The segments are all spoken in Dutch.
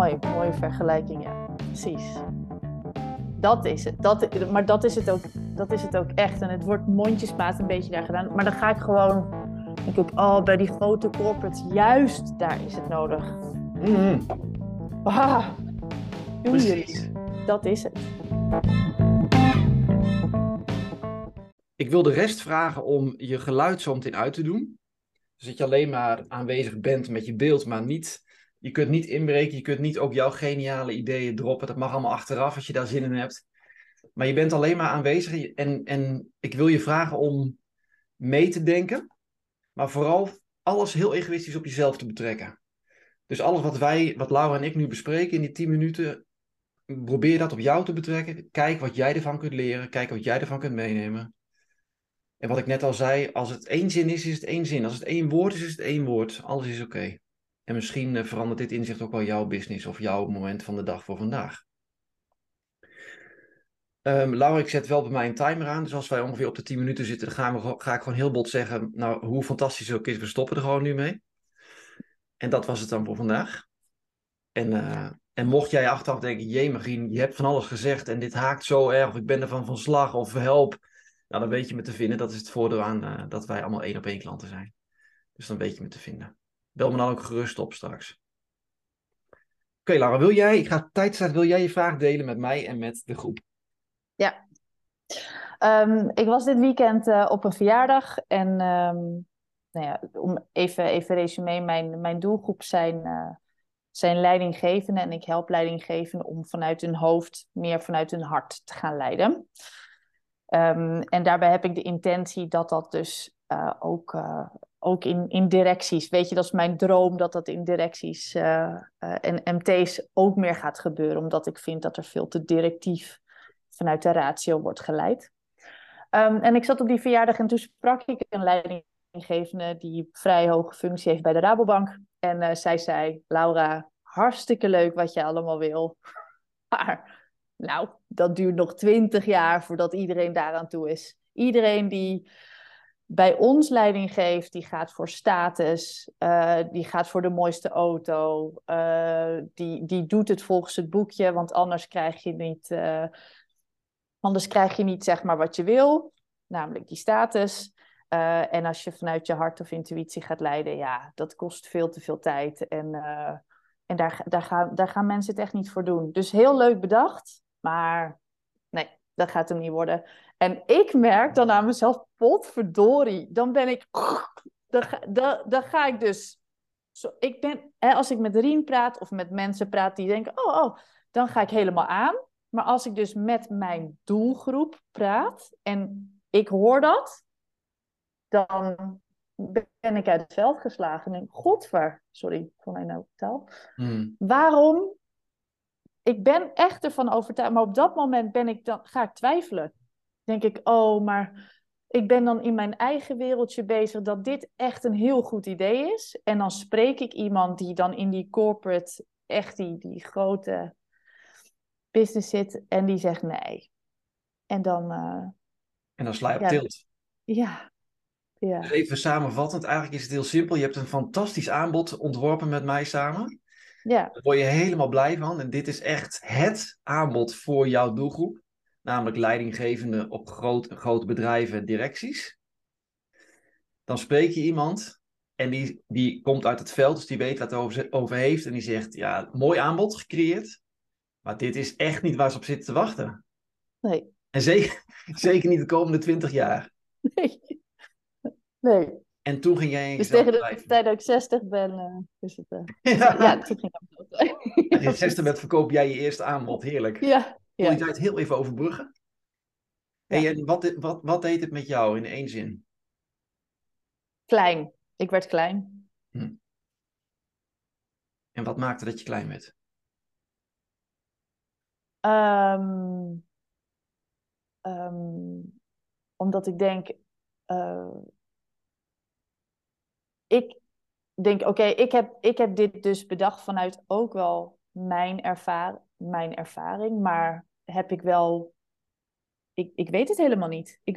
mooie vergelijking, ja. Precies. Dat is het. Maar dat is het ook echt. En het wordt mondjesmaat een beetje daar gedaan. Maar dan ga ik gewoon, denk ik, bij die grote corporates, juist daar is het nodig. Mm-hmm. Doen jullie. Dat is het. Ik wil de rest vragen om je geluid zo meteen uit te doen. Dus dat je alleen maar aanwezig bent met je beeld, maar niet... Je kunt niet inbreken, je kunt niet ook jouw geniale ideeën droppen. Dat mag allemaal achteraf als je daar zin in hebt. Maar je bent alleen maar aanwezig en ik wil je vragen om mee te denken. Maar vooral alles heel egoïstisch op jezelf te betrekken. Dus alles wat Laura en ik nu bespreken in die 10 minuten... Probeer dat op jou te betrekken. Kijk wat jij ervan kunt leren. Kijk wat jij ervan kunt meenemen. En wat ik net al zei, als het één zin is, is het één zin. Als het één woord is het één woord. Alles is oké. En misschien verandert dit inzicht ook wel jouw business of jouw moment van de dag voor vandaag. Laura, ik zet wel bij mij een timer aan. Dus als wij ongeveer op de 10 minuten zitten, dan ga ik gewoon heel bot zeggen, nou, hoe fantastisch het ook is, we stoppen er gewoon nu mee. En dat was het dan voor vandaag. En mocht jij achteraf denken, jee Marien, je hebt van alles gezegd en dit haakt zo erg, of ik ben ervan van slag, of help. Nou, dan weet je me te vinden. Dat is het voordeel aan dat wij allemaal 1-op-1 klanten zijn. Dus dan weet je me te vinden. Bel me dan ook gerust op straks. Oké, Lara, wil jij je vraag delen met mij en met de groep? Ja. Ik was dit weekend op een verjaardag. En nou ja, om even resume, mijn doelgroep zijn leidinggevenden. En ik help leidinggevenden om vanuit hun hoofd meer vanuit hun hart te gaan leiden. En daarbij heb ik de intentie dat dus ook in directies, weet je, dat is mijn droom, dat in directies en MT's ook meer gaat gebeuren. Omdat ik vind dat er veel te directief vanuit de ratio wordt geleid. En ik zat op die verjaardag en toen sprak ik een leidinggevende die een vrij hoge functie heeft bij de Rabobank. En zij zei, Laura, hartstikke leuk wat je allemaal wil. Maar nou, dat duurt nog 20 jaar voordat iedereen daaraan toe is. Iedereen die bij ons leiding geeft, die gaat voor status, die gaat voor de mooiste auto, die doet het volgens het boekje, want anders krijg je niet zeg maar wat je wil, namelijk die status. En als je vanuit je hart of intuïtie gaat leiden, ja, dat kost veel te veel tijd. En daar gaan mensen het echt niet voor doen. Dus heel leuk bedacht, maar nee, dat gaat hem niet worden. En ik merk dan aan mezelf, potverdorie, dan ben ik... Dan ga ik dus... Als ik met Rien praat of met mensen praat die denken, dan ga ik helemaal aan. Maar als ik dus met mijn doelgroep praat en ik hoor dat, dan ben ik uit het veld geslagen. En denk, sorry voor mijn taal. Waarom? Ik ben echt ervan overtuigd, maar op dat moment ga ik twijfelen. Denk ik, maar ik ben dan in mijn eigen wereldje bezig dat dit echt een heel goed idee is. En dan spreek ik iemand die dan in die corporate, echt die grote business zit en die zegt nee. En dan... En dan sla je op tilt. Ja. Dus even samenvattend, eigenlijk is het heel simpel. Je hebt een fantastisch aanbod ontworpen met mij samen. Ja. Daar word je helemaal blij van. En dit is echt het aanbod voor jouw doelgroep. Namelijk leidinggevenden op grote bedrijven en directies. Dan spreek je iemand en die komt uit het veld, dus die weet wat het over heeft. En die zegt, ja, mooi aanbod gecreëerd. Maar dit is echt niet waar ze op zitten te wachten. Nee. En zeker niet de komende 20 jaar. Nee. En toen ging jij... Dus tegen de tijd dat ik 60 ben, is het... toen ging ik... Als je 60 bent, verkoop jij je eerste aanbod. Heerlijk. Ja. Wil je die tijd heel even overbruggen? Ja. Hey, en wat deed het met jou in één zin? Klein. Ik werd klein. En wat maakte dat je klein werd? Omdat ik denk... ik denk, oké, ik heb dit dus bedacht vanuit ook wel mijn ervaring. Maar heb ik wel... Ik weet het helemaal niet. Ik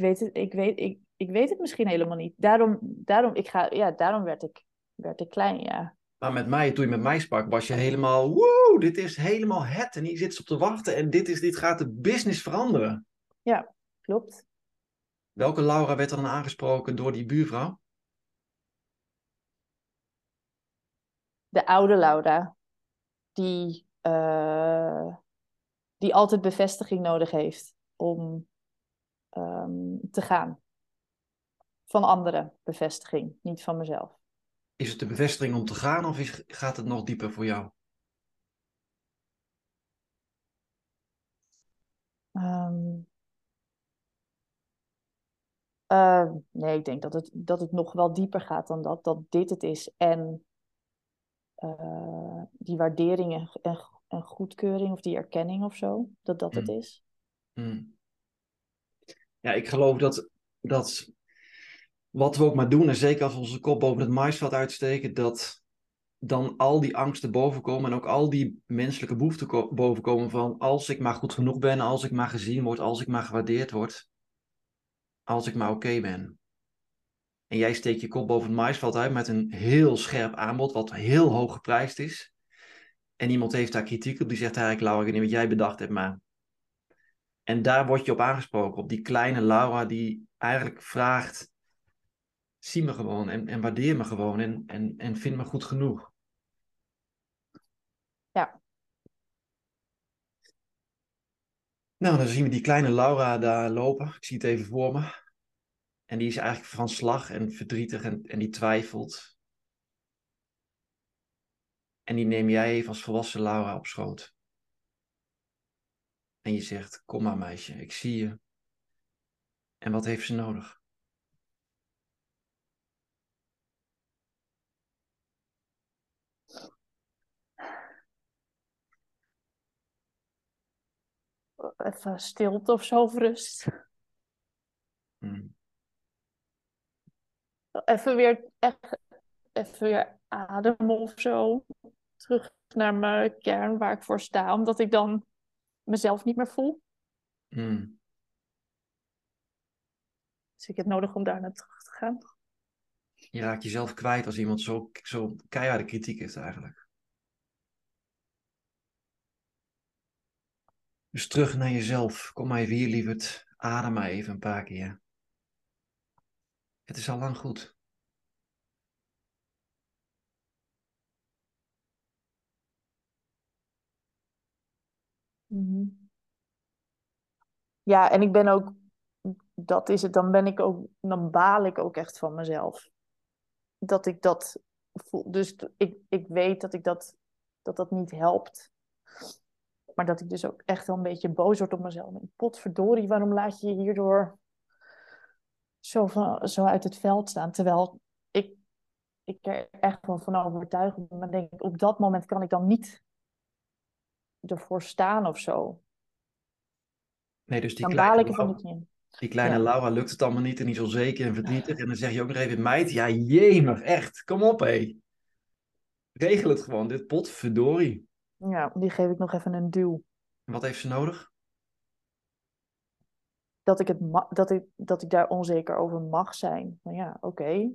weet het misschien helemaal niet. Daarom werd ik klein, ja. Maar met mij, toen je met mij sprak, was je helemaal, woe, dit is helemaal het. En hier zit ze op te wachten en dit gaat de business veranderen. Ja, klopt. Welke Laura werd er dan aangesproken door die buurvrouw? De oude Laura, die, die altijd bevestiging nodig heeft om te gaan. Van anderen bevestiging, niet van mezelf. Is het de bevestiging om te gaan of gaat het nog dieper voor jou? Um, nee, ik denk dat het nog wel dieper gaat dan dat. Dat dit het is. En die waardering en goedkeuring of die erkenning of zo, dat het Hmm. is. Hmm. Ja, ik geloof dat wat we ook maar doen, en zeker als we onze kop boven het maisveld uitsteken, dat dan al die angsten bovenkomen en ook al die menselijke behoeften bovenkomen van als ik maar goed genoeg ben, als ik maar gezien word, als ik maar gewaardeerd word, als ik maar oké ben. En jij steekt je kop boven het maisveld uit met een heel scherp aanbod, wat heel hoog geprijsd is. En iemand heeft daar kritiek op, die zegt eigenlijk, Laura, ik weet niet wat jij bedacht hebt, maar... En daar word je op aangesproken, op die kleine Laura die eigenlijk vraagt, zie me gewoon en waardeer me gewoon en vind me goed genoeg. Ja. Nou, dan zien we die kleine Laura daar lopen. Ik zie het even voor me. En die is eigenlijk van slag en verdrietig en die twijfelt. En die neem jij even als volwassen Laura op schoot. En je zegt, kom maar meisje, ik zie je. En wat heeft ze nodig? Even stilte of zo, of rust. Hmm. Even weer ademen of zo. Terug naar mijn kern waar ik voor sta, omdat ik dan mezelf niet meer voel. Hmm. Dus ik heb nodig om daar naar terug te gaan. Je raakt jezelf kwijt als iemand zo keiharde kritiek heeft eigenlijk. Dus terug naar jezelf. Kom maar even hier, lieverd. Adem maar even een paar keer. Het is al lang goed. Mhm. Ja, en ik ben ook, dat is het, dan baal ik ook echt van mezelf. Dat ik dat voel. Dus ik weet dat niet helpt. Maar dat ik dus ook echt wel een beetje boos word op mezelf. Potverdorie, waarom laat je je hierdoor zo uit het veld staan? Terwijl ik er echt wel van overtuigd ben. Maar denk ik, op dat moment kan ik dan niet ervoor staan of zo. Nee, dus Dan baal ik ervan niet in. die kleine Ja. Laura lukt het allemaal niet en die is onzeker en verdrietig. En dan zeg je ook nog even, meid, ja jemig, echt, kom op hé. Regel het gewoon, dit potverdorie. Ja, die geef ik nog even een duw. En wat heeft ze nodig? Dat ik daar onzeker over mag zijn. Maar ja, oké.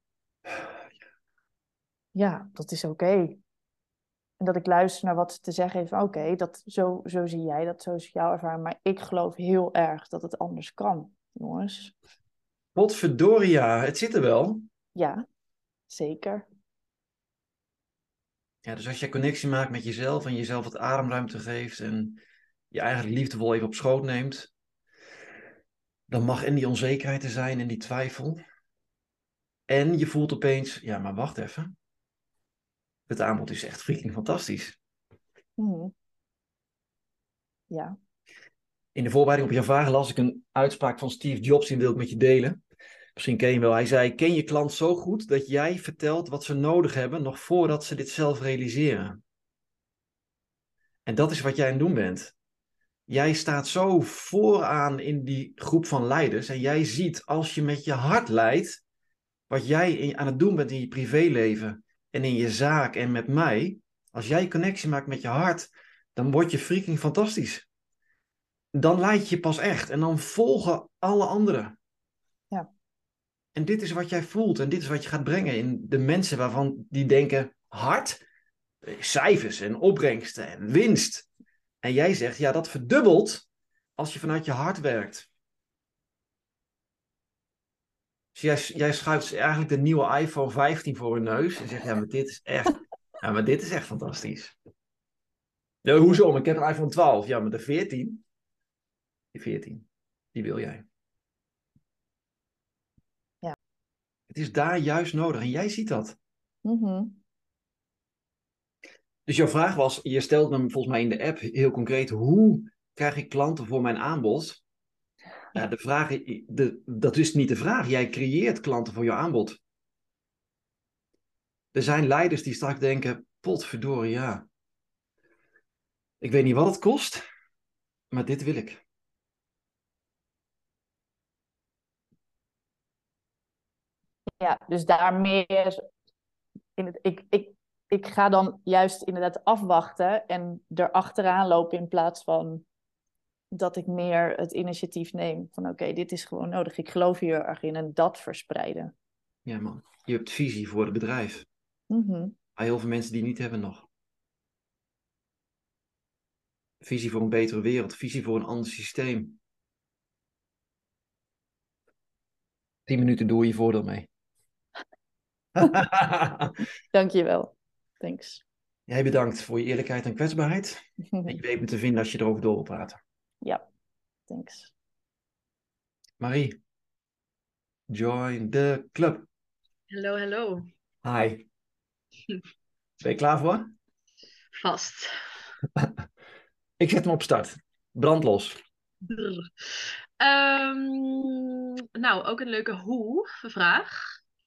Ja, dat is oké. En dat ik luister naar wat ze te zeggen heeft. Oké, zo zie jij dat, zo is jouw ervaring. Maar ik geloof heel erg dat het anders kan, jongens. Potverdorie, ja, het zit er wel. Ja, zeker. Ja, dus als je connectie maakt met jezelf en jezelf wat ademruimte geeft en je eigenlijk liefdevol even op schoot neemt, dan mag en die onzekerheid er zijn en die twijfel. En je voelt opeens, ja, maar wacht even. Het aanbod is echt freaking fantastisch. Mhm. Ja. In de voorbereiding op jouw vragen las ik een uitspraak van Steve Jobs, die wil ik met je delen. Misschien ken je hem wel. Hij zei, ken je klant zo goed dat jij vertelt wat ze nodig hebben, nog voordat ze dit zelf realiseren. En dat is wat jij aan het doen bent. Jij staat zo vooraan in die groep van leiders en jij ziet als je met je hart leidt, wat jij aan het doen bent in je privéleven en in je zaak en met mij, als jij connectie maakt met je hart, dan word je freaking fantastisch. Dan leid je pas echt en dan volgen alle anderen. Ja. En dit is wat jij voelt en dit is wat je gaat brengen in de mensen waarvan die denken, hard, cijfers en opbrengsten en winst. En jij zegt, ja, dat verdubbelt als je vanuit je hart werkt. Dus jij schuift eigenlijk de nieuwe iPhone 15 voor hun neus en zegt, maar dit is echt fantastisch. Ja, hoezo? Maar ik heb een iPhone 12. Ja, maar de 14, die wil jij. Ja. Het is daar juist nodig en jij ziet dat. Mm-hmm. Dus jouw vraag was, je stelt hem volgens mij in de app heel concreet, hoe krijg ik klanten voor mijn aanbod? Ja, de vraag, dat is niet de vraag. Jij creëert klanten voor je aanbod. Er zijn leiders die straks denken, potverdorie, ja. Ik weet niet wat het kost, maar dit wil ik. Ja, dus daar meer ik ga dan juist inderdaad afwachten en erachteraan lopen in plaats van dat ik meer het initiatief neem. Van oké, dit is gewoon nodig. Ik geloof hier erg in en dat verspreiden. Ja man, je hebt visie voor het bedrijf. Mm-hmm. Heel veel mensen die niet hebben nog. Visie voor een betere wereld, visie voor een ander systeem. 10 minuten doe je voordeel mee. Dankjewel. Thanks. Jij bedankt voor je eerlijkheid en kwetsbaarheid. En je weet me te vinden als je erover door wil praten. Ja, thanks. Marie, join the club. Hallo, hallo. Hi. Ben je klaar voor? Vast. Ik zet hem op start. Brand los. Brr. Nou, ook een leuke hoe-vraag.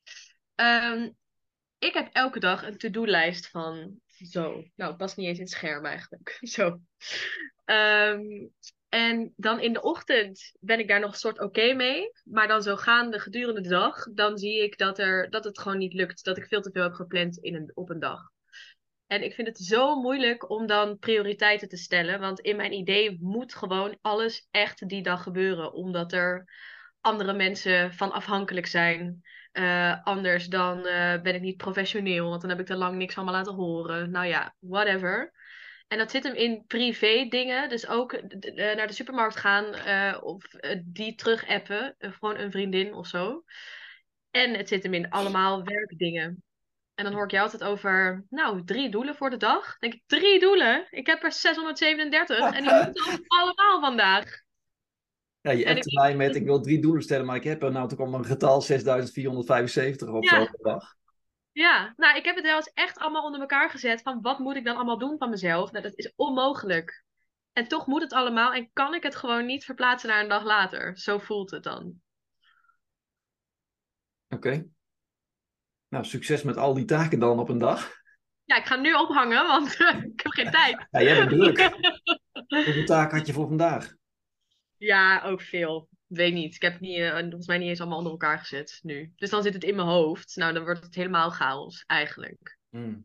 Ik heb elke dag een to-do-lijst van zo. Nou, het past niet eens in het scherm eigenlijk. Zo. Ehm, en dan in de ochtend ben ik daar nog een soort oké mee. Maar dan zo gaande gedurende de dag, dan zie ik dat het gewoon niet lukt. Dat ik veel te veel heb gepland op een dag. En ik vind het zo moeilijk om dan prioriteiten te stellen. Want in mijn idee moet gewoon alles echt die dag gebeuren. Omdat er andere mensen van afhankelijk zijn. Anders dan ben ik niet professioneel. Want dan heb ik te lang niks van me laten horen. Nou ja, whatever. En dat zit hem in privé dingen. Dus ook naar de supermarkt gaan. Of die terug appen. Gewoon een vriendin of zo. En het zit hem in allemaal werkdingen. En dan hoor ik jou altijd over, nou, 3 doelen voor de dag. Dan denk ik, 3 doelen? Ik heb er 637 en die moeten ook allemaal vandaag. Ja, je En appte mij met, ik wil 3 doelen stellen, maar ik heb er nou toch al een getal 6475 of zo ja, per dag. ja, nou, ik heb het wel eens echt allemaal onder elkaar gezet van wat moet ik dan allemaal doen van mezelf? Nou, dat is onmogelijk. En toch moet het allemaal en kan ik het gewoon niet verplaatsen naar een dag later. Zo voelt het dan. Oké. Nou, succes met al die taken dan op een dag. Ja, ik ga nu ophangen, want ik heb geen tijd. Ja, jij bent druk. Hoeveel taken had je voor vandaag? Ja, ook veel. Weet niet. Ik heb het niet, volgens mij niet eens allemaal onder elkaar gezet nu. Dus dan zit het in mijn hoofd. Nou, dan wordt het helemaal chaos, eigenlijk. Hmm.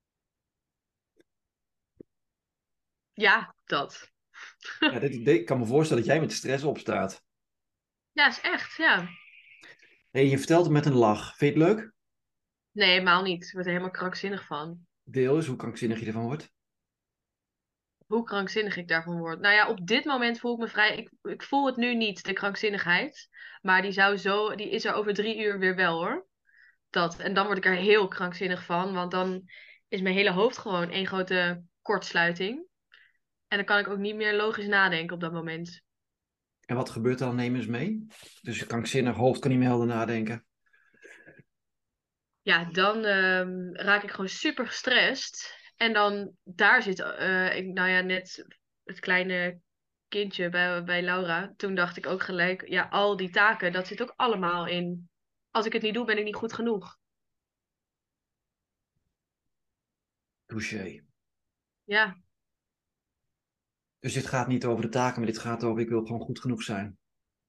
Ja, dat. Ja, ik kan me voorstellen dat jij met stress opstaat. Ja, is echt, ja. Hey, je vertelt het met een lach. Vind je het leuk? Nee, helemaal niet. Ik word er helemaal krankzinnig van. Deel eens hoe krankzinnig je ervan wordt. Hoe krankzinnig ik daarvan word. Nou ja, op dit moment voel ik me vrij. Ik voel het nu niet, de krankzinnigheid. Maar die is er over 3 uur weer wel hoor. Dat. En dan word ik er heel krankzinnig van. Want dan is mijn hele hoofd gewoon één grote kortsluiting. En dan kan ik ook niet meer logisch nadenken op dat moment. En wat gebeurt er dan? Neem eens mee. Dus je krankzinnig hoofd kan niet meer helder nadenken. Ja, dan raak ik gewoon super gestrest. En dan daar zit, nou ja, net het kleine kindje bij Laura. Toen dacht ik ook gelijk, ja, al die taken, dat zit ook allemaal in. Als ik het niet doe, ben ik niet goed genoeg. Touché. Ja, Dus dit gaat niet over de taken, maar dit gaat over ik wil gewoon goed genoeg zijn.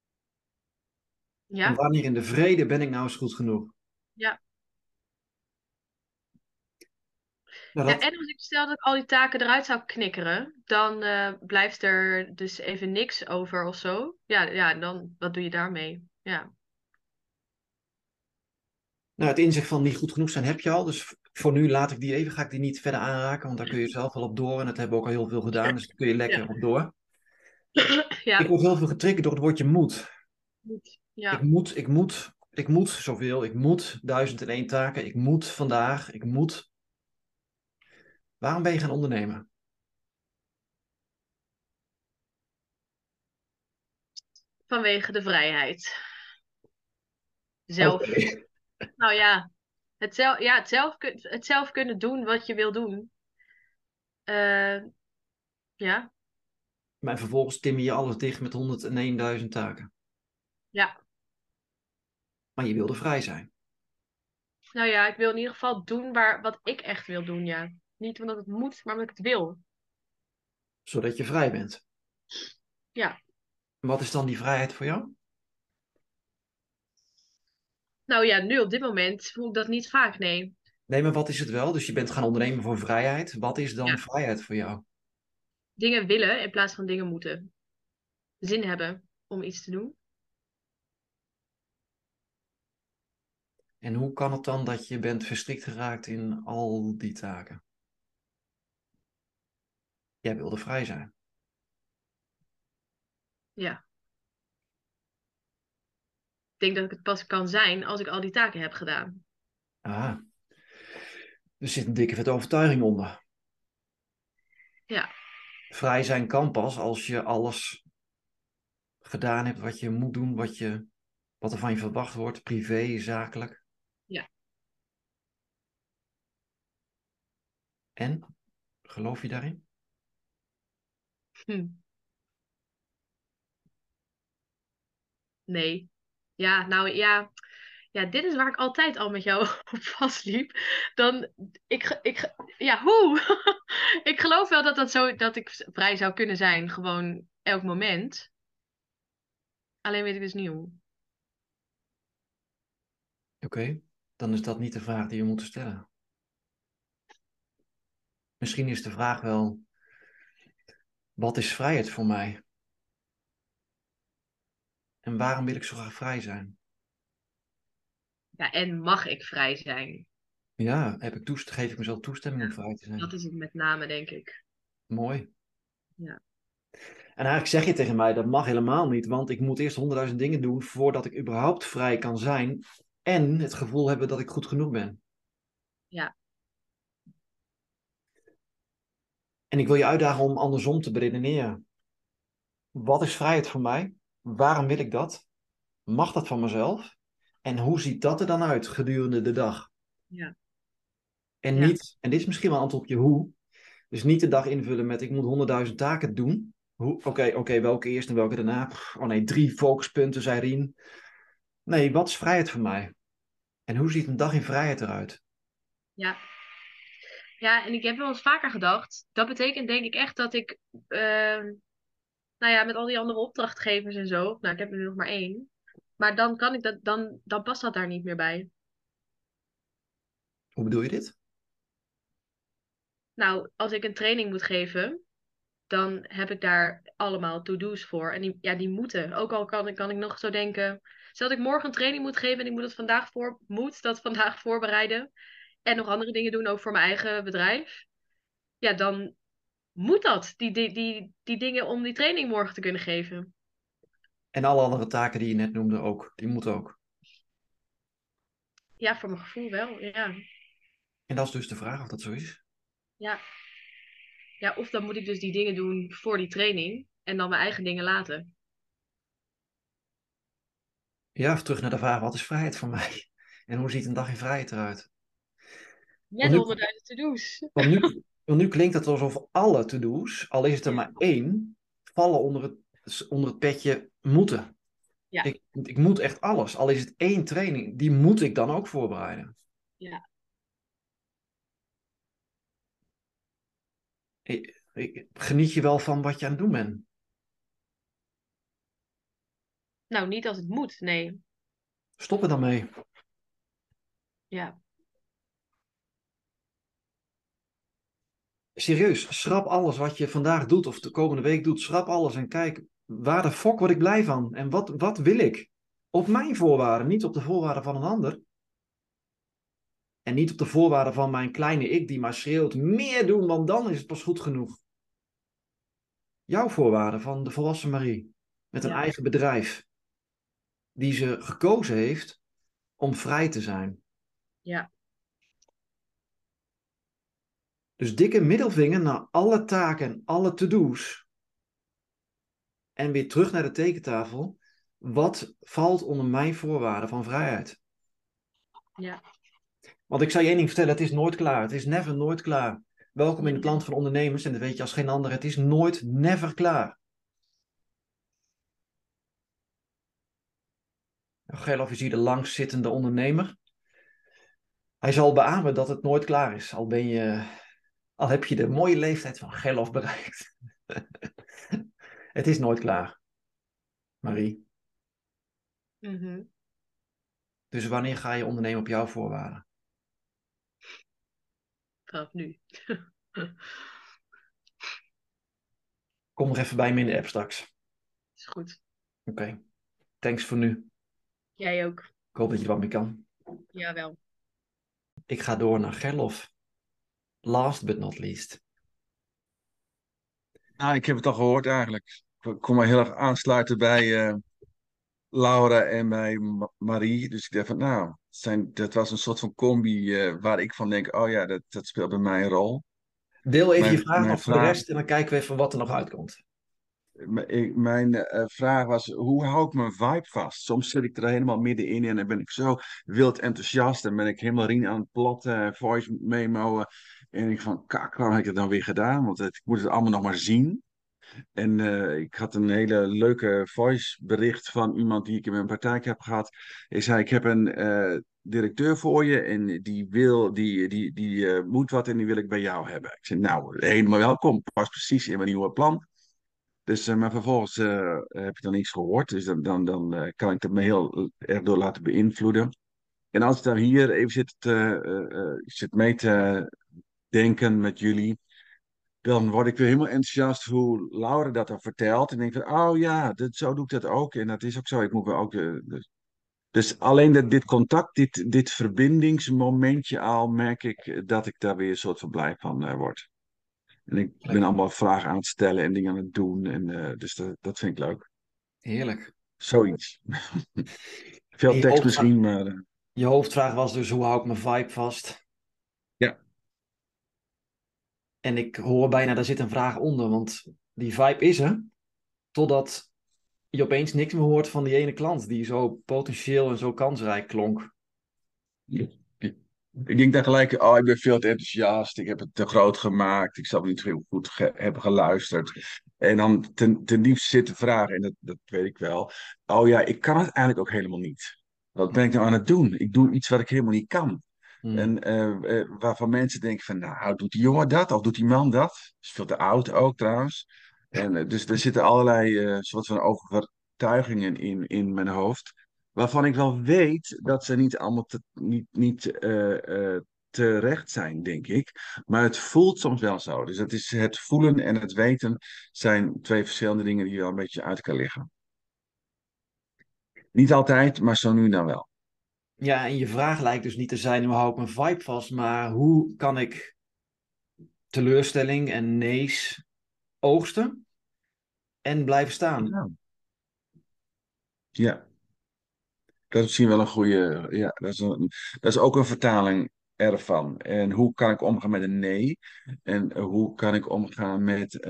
En ja, wanneer in de vrede ben ik nou eens goed genoeg? ja. Nou, Ja, en als ik stel dat ik al die taken eruit zou knikkeren, dan blijft er dus even niks over of zo. Ja, ja, dan wat doe je daarmee? Ja. Nou, het inzicht van niet goed genoeg zijn heb je al. Dus voor nu laat ik die even. Ga ik die niet verder aanraken. Want daar kun je zelf wel op door. En dat hebben we ook al heel veel gedaan. Dus daar kun je lekker Ja. op door. Ja. Ik word heel veel getriggerd door het woordje moet. Ja. Ik moet zoveel. Ik moet 1001 taken. Ik moet vandaag. Ik moet. Waarom ben je gaan ondernemen? Vanwege de vrijheid. Zelf. Oké. Nou ja. Het zelf kunnen doen wat je wil doen. Eh, ja. Maar vervolgens tim je alles dicht met 101.000 taken. Ja. Maar je wilde vrij zijn. Nou ja, ik wil in ieder geval doen wat ik echt wil doen, ja. Niet omdat het moet, maar omdat ik het wil. Zodat je vrij bent. Ja. Wat is dan die vrijheid voor jou? Nou ja, nu op dit moment voel ik dat niet vaak, nee. Nee, maar wat is het wel? Dus je bent gaan ondernemen voor vrijheid. Wat is dan Ja. vrijheid voor jou? Dingen willen in plaats van dingen moeten. Zin hebben om iets te doen. En hoe kan het dan dat je bent verstrikt geraakt in al die taken? Jij wilde vrij zijn. Ja. Ik denk dat ik het pas kan zijn als ik al die taken heb gedaan. Ah, er zit een dikke vette overtuiging onder. Ja. Vrij zijn kan pas als je alles gedaan hebt wat je moet doen, wat er van je verwacht wordt, privé, zakelijk. Ja. En? Geloof je daarin? Hm. Nee. Ja, nou ja. Ja, dit is waar ik altijd al met jou op vastliep. Dan, ja, hoe? Ik geloof wel dat ik vrij zou kunnen zijn, gewoon elk moment. Alleen weet ik dus niet hoe. Oké, dan is dat niet de vraag die we moeten stellen. Misschien is de vraag wel, wat is vrijheid voor mij? En waarom wil ik zo graag vrij zijn? Ja, en mag ik vrij zijn? Ja, geef ik mezelf toestemming om vrij te Dat zijn? is het met name, denk ik. Mooi. Ja. En eigenlijk zeg je tegen mij, dat mag helemaal niet, want ik moet eerst 100.000 dingen doen voordat ik überhaupt vrij kan zijn en het gevoel hebben dat ik goed genoeg ben. Ja. En ik wil je uitdagen om andersom te beredeneren. Wat is vrijheid voor mij? Waarom wil ik dat? Mag dat van mezelf? En hoe ziet dat er dan uit gedurende de dag? Ja. En Ja. niet, en dit is misschien wel een antwoord op je hoe, dus niet de dag invullen met ik moet 100.000 taken doen. Oké, welke eerst en welke daarna? Oh nee, 3 focuspunten, zei Rien. Nee, wat is vrijheid voor mij? En hoe ziet een dag in vrijheid eruit? Ja. Ja, en ik heb wel eens vaker gedacht. Dat betekent denk ik echt dat ik, nou ja, met al die andere opdrachtgevers en zo. Nou, ik heb er nu nog maar één. Maar dan kan ik dan past dat daar niet meer bij. Hoe bedoel je dit? Nou, als ik een training moet geven, dan heb ik daar allemaal to-do's voor. En die moeten. Ook al kan ik nog zo denken. Stel dat ik morgen een training moet geven en ik moet dat vandaag voorbereiden. En nog andere dingen doen, ook voor mijn eigen bedrijf. Ja, dan moet dat. Die dingen om die training morgen te kunnen geven. En alle andere taken die je net noemde ook, die moeten ook. Ja, voor mijn gevoel wel. Ja. En dat is dus de vraag of dat zo is. Ja. Ja, of dan moet ik dus die dingen doen voor die training. En dan mijn eigen dingen laten. Ja, of terug naar de vraag, wat is vrijheid voor mij? En hoe ziet een dag in vrijheid eruit? Net Want nu, 100.000 to-do's. want nu klinkt het alsof alle to-do's, al is het er maar één, vallen onder het petje moeten. Ja. Ik moet echt alles. Al is het één training, die moet ik dan ook voorbereiden. Ja. Geniet je wel van wat je aan het doen bent? Nou, niet als het moet, nee. Stop er dan mee. Ja. Serieus, schrap alles wat je vandaag doet of de komende week doet. Schrap alles en kijk, waar de fok word ik blij van? En wat wil ik? Op mijn voorwaarden, niet op de voorwaarden van een ander. En niet op de voorwaarden van mijn kleine ik die maar schreeuwt, meer doen, want dan is het pas goed genoeg. Jouw voorwaarden van de volwassen Marie. Met een eigen bedrijf. Die ze gekozen heeft om vrij te zijn. Ja. Dus dikke middelvinger naar alle taken en alle to-do's. En weer terug naar de tekentafel. Wat valt onder mijn voorwaarden van vrijheid? Ja. Want ik zal je één ding vertellen, het is nooit klaar. Het is never nooit klaar. Welkom in het land van ondernemers en dat weet je als geen ander. Het is nooit, never klaar. Gerlof is hier de langzittende ondernemer. Hij zal beamen dat het nooit klaar is. Al heb je de mooie leeftijd van Gerlof bereikt. Het is nooit klaar, Marie. Mm-hmm. Dus wanneer ga je ondernemen op jouw voorwaarden? Vanaf nu. Kom nog even bij me in de app straks. Is goed. Oké. Thanks voor nu. Jij ook. Ik hoop dat je wat mee kan. Jawel. Ik ga door naar Gerlof. Last but not least. Nou, ik heb het al gehoord eigenlijk. Ik kon me heel erg aansluiten bij Laura en bij Marie. Dus ik dacht van, nou, dat was een soort van combi waar ik van denk, oh ja, dat speelt bij mij een rol. Deel even je Mijn, vraag mijn nog voor de vraag, rest en dan kijken we even wat er nog uitkomt. mijn vraag was, hoe hou ik mijn vibe vast? Soms zit ik er helemaal middenin en dan ben ik zo wild enthousiast en ben ik helemaal rien aan het platten, voice memo'en. En ik van, kak, waarom heb ik het dan weer gedaan? Want ik moet het allemaal nog maar zien. En ik had een hele leuke voice bericht van iemand die ik in mijn praktijk heb gehad. Hij zei, ik heb een directeur voor je en die moet wat en die wil ik bij jou hebben. Ik zei, nou, helemaal welkom, past precies in mijn nieuwe plan. Dus, maar vervolgens heb ik dan niets gehoord, dus dan kan ik het me heel erg door laten beïnvloeden. En als ik dan hier even zit mee te denken met jullie, dan word ik weer helemaal enthousiast hoe Laura dat dan vertelt. En denk van, oh ja, zo doe ik dat ook. En dat is ook zo. Ik moet me ook. Dus alleen dit contact, dit verbindingsmomentje al, merk ik dat ik daar weer een soort van blij van word. En ik ben allemaal vragen aan het stellen en dingen aan het doen. En, dus dat vind ik leuk. Heerlijk. Zoiets. Veel Je tekst hoofdvraag, misschien, maar je hoofdvraag was dus hoe hou ik mijn vibe vast? ja. En ik hoor bijna, daar zit een vraag onder, want die vibe is er, totdat je opeens niks meer hoort van die ene klant die zo potentieel en zo kansrijk klonk. Ik denk dan gelijk, oh, ik ben veel te enthousiast, ik heb het te groot gemaakt, ik zal niet heel goed hebben geluisterd. En dan ten diepste zit de vraag, en dat weet ik wel, oh ja, ik kan het eigenlijk ook helemaal niet. Wat ben ik nou aan het doen? Ik doe iets wat ik helemaal niet kan. En waarvan mensen denken van, nou, doet die jongen dat? Of doet die man dat? Is veel te oud ook trouwens. En dus er zitten allerlei soort van overtuigingen in mijn hoofd. Waarvan ik wel weet dat ze niet allemaal niet terecht zijn, denk ik. Maar het voelt soms wel zo. Dus het is het voelen en het weten zijn twee verschillende dingen die wel een beetje uit kan liggen. Niet altijd, maar zo nu en dan wel. Ja, en je vraag lijkt dus niet te zijn hoe hou ik mijn vibe vast, maar hoe kan ik teleurstelling en nee's oogsten en blijven staan? Ja. Ja. Dat is misschien wel een goede. Ja, dat is ook een vertaling ervan. En hoe kan ik omgaan met een nee? En hoe kan ik omgaan met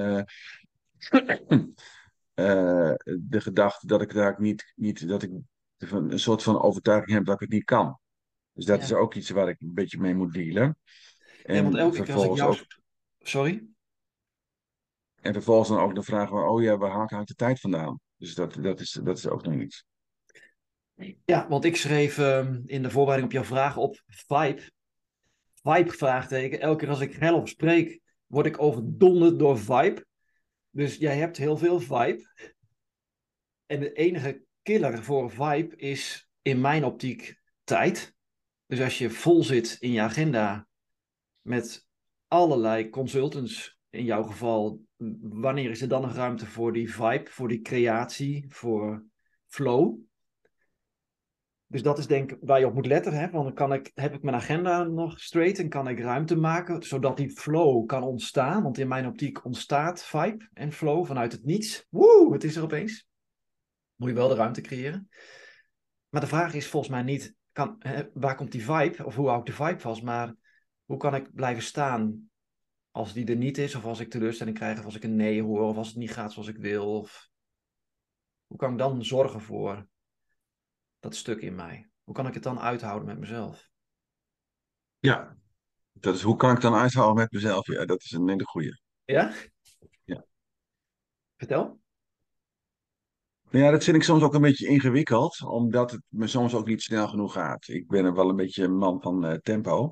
de gedachte dat ik daar niet dat ik een soort van overtuiging heb dat ik het niet kan. Dus dat is Ja. ook iets waar ik een beetje mee moet dealen. Ja, want En elke keer als ik vervolgens jou... ook. Sorry? En vervolgens dan ook de vraag van, oh ja, waar haal ik de tijd vandaan? Dus dat is ook nog iets. Ja, want ik schreef in de voorbereiding op jouw vraag op vibe. Vibe, vraagteken. Elke keer als ik Gerlof spreek, word ik overdonderd door vibe. Dus jij hebt heel veel vibe. En de enige killer voor vibe is in mijn optiek tijd. Dus als je vol zit in je agenda met allerlei consultants, in jouw geval, wanneer is er dan nog ruimte voor die vibe, voor die creatie, voor flow? Dus dat is denk ik waar je op moet letten. Hè? Want dan heb ik mijn agenda nog straight en kan ik ruimte maken, zodat die flow kan ontstaan. Want in mijn optiek ontstaat vibe en flow vanuit het niets. Woe, het is er opeens. Moet je wel de ruimte creëren. Maar de vraag is volgens mij niet, waar komt die vibe? Of hoe hou ik de vibe vast? Maar hoe kan ik blijven staan als die er niet is? Of als ik teleurstelling krijg? Of als ik een nee hoor? Of als het niet gaat zoals ik wil? Of hoe kan ik dan zorgen voor dat stuk in mij? Hoe kan ik het dan uithouden met mezelf? Ja, dat is hoe kan ik dan uithouden met mezelf? Ja, dat is een hele goeie. Ja? Ja. Vertel. Nou ja, dat vind ik soms ook een beetje ingewikkeld, omdat het me soms ook niet snel genoeg gaat. Ik ben er wel een beetje een man van tempo.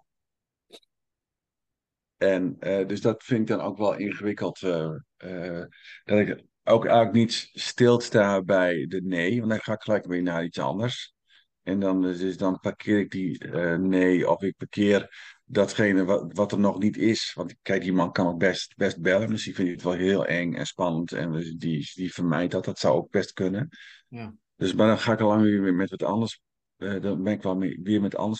En dus dat vind ik dan ook wel ingewikkeld. Dat ik ook eigenlijk niet stilsta bij de nee, want dan ga ik gelijk weer naar iets anders. En dan, dus dan parkeer ik die nee, of ik parkeer datgene wat er nog niet is. Want kijk, die man kan ook best bellen, dus die vindt het wel heel eng en spannend. En dus die vermijdt dat, dat zou ook best kunnen. Ja. Dus, maar dan ga ik al lang weer met wat anders, dan ben ik wel weer met anders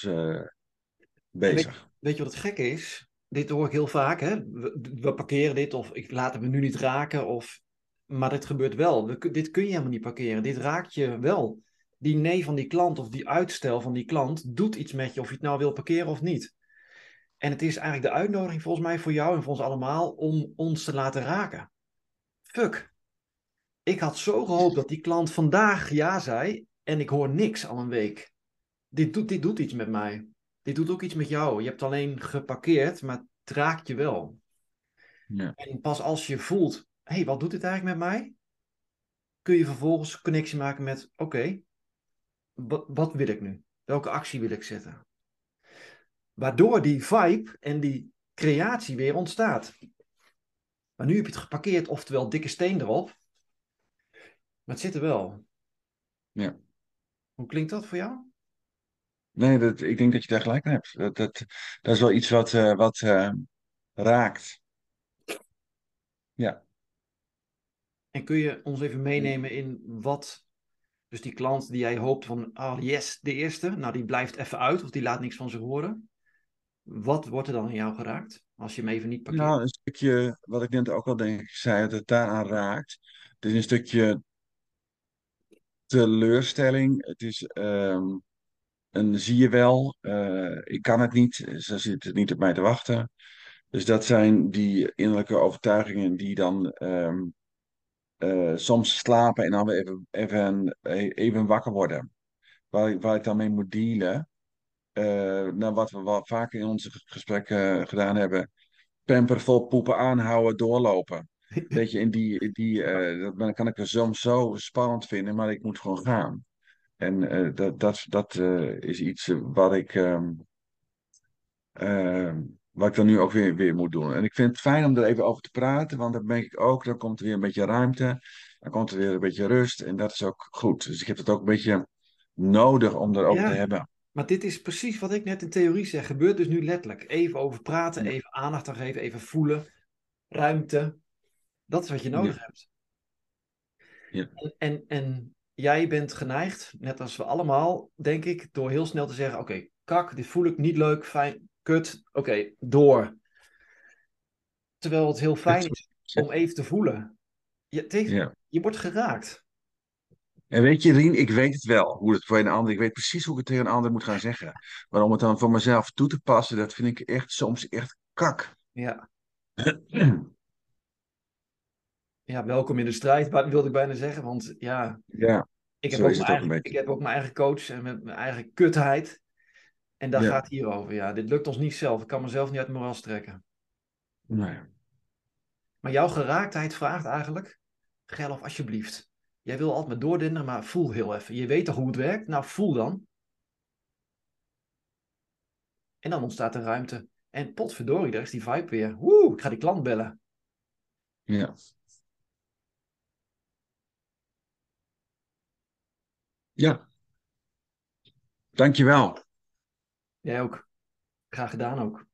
En bezig. weet je wat het gekke is? Dit hoor ik heel vaak, hè? We parkeren dit of ik laat het me nu niet raken. Maar dit gebeurt wel. Dit kun je helemaal niet parkeren. Dit raakt je wel. Die nee van die klant of die uitstel van die klant doet iets met je of je het nou wil parkeren of niet. En het is eigenlijk de uitnodiging volgens mij voor jou en voor ons allemaal om ons te laten raken. Fuck. Ik had zo gehoopt dat die klant vandaag ja zei en ik hoor niks al een week. Dit doet iets met mij. Dit doet ook iets met jou. Je hebt alleen geparkeerd, maar het raakt je wel. Ja. En pas als je voelt, hé, hey, wat doet dit eigenlijk met mij? Kun je vervolgens connectie maken met, oké, wat wil ik nu? Welke actie wil ik zetten? Waardoor die vibe en die creatie weer ontstaat. Maar nu heb je het geparkeerd, oftewel dikke steen erop. Maar het zit er wel. Ja. Hoe klinkt dat voor jou? Nee, ik denk dat je daar gelijk aan hebt. Dat is wel iets wat raakt. Ja. En kun je ons even meenemen in wat, dus die klant die jij hoopt van, ah yes, de eerste, nou die blijft even uit of die laat niks van zich horen. Wat wordt er dan in jou geraakt als je hem even niet parkeert? Nou, een stukje, wat ik net ook al denk ik zei, dat het daaraan raakt. Het is een stukje teleurstelling. Het is een zie je wel, ik kan het niet, ze zitten niet op mij te wachten. Dus dat zijn die innerlijke overtuigingen die dan soms slapen en dan weer even wakker worden. Waar ik dan mee moet dealen. Nou, wat we wel vaker in onze gesprekken gedaan hebben. Pamper vol poepen aanhouden, doorlopen. Weet je, dat kan ik er soms zo spannend vinden, maar ik moet gewoon gaan. En dat is iets wat ik dan nu ook weer moet doen. En ik vind het fijn om er even over te praten, want dan denk ik ook, dan komt er weer een beetje ruimte, dan komt er weer een beetje rust en dat is ook goed. Dus ik heb het ook een beetje nodig om erover te Ja, hebben. maar dit is precies wat ik net in theorie zeg. Gebeurt dus nu letterlijk. Even over praten, Ja, even aandacht aan geven, even voelen, ruimte. Dat is wat je ja, nodig hebt. ja, En jij bent geneigd, net als we allemaal, denk ik, door heel snel te zeggen: oké, kak, dit voel ik niet leuk, fijn, kut, oké, door. Terwijl het heel fijn is om even te voelen. ja. Je wordt geraakt. En weet je, Rien, ik weet het wel hoe het voor een ander. Ik weet precies hoe ik het tegen een ander moet gaan zeggen. Maar om het dan voor mezelf toe te passen, dat vind ik echt soms echt kak. Ja. Ja, welkom in de strijd, wilde ik bijna zeggen. Want ja, Ja, zo is het ook een ik beetje. heb ook mijn eigen coach en met mijn eigen kutheid. En daar Ja, gaat het hier over. Ja, dit lukt ons niet zelf. Ik kan mezelf niet uit mijn ras trekken. nou ja. Maar jouw geraaktheid vraagt eigenlijk: Gerlof, alsjeblieft. Jij wil altijd maar doordenderen, maar voel heel even. Je weet toch hoe het werkt? Nou, voel dan. En dan ontstaat er ruimte. En potverdorie, daar is die vibe weer. Woe, ik ga die klant bellen. Ja. Ja, dankjewel. Jij ook. Graag gedaan ook.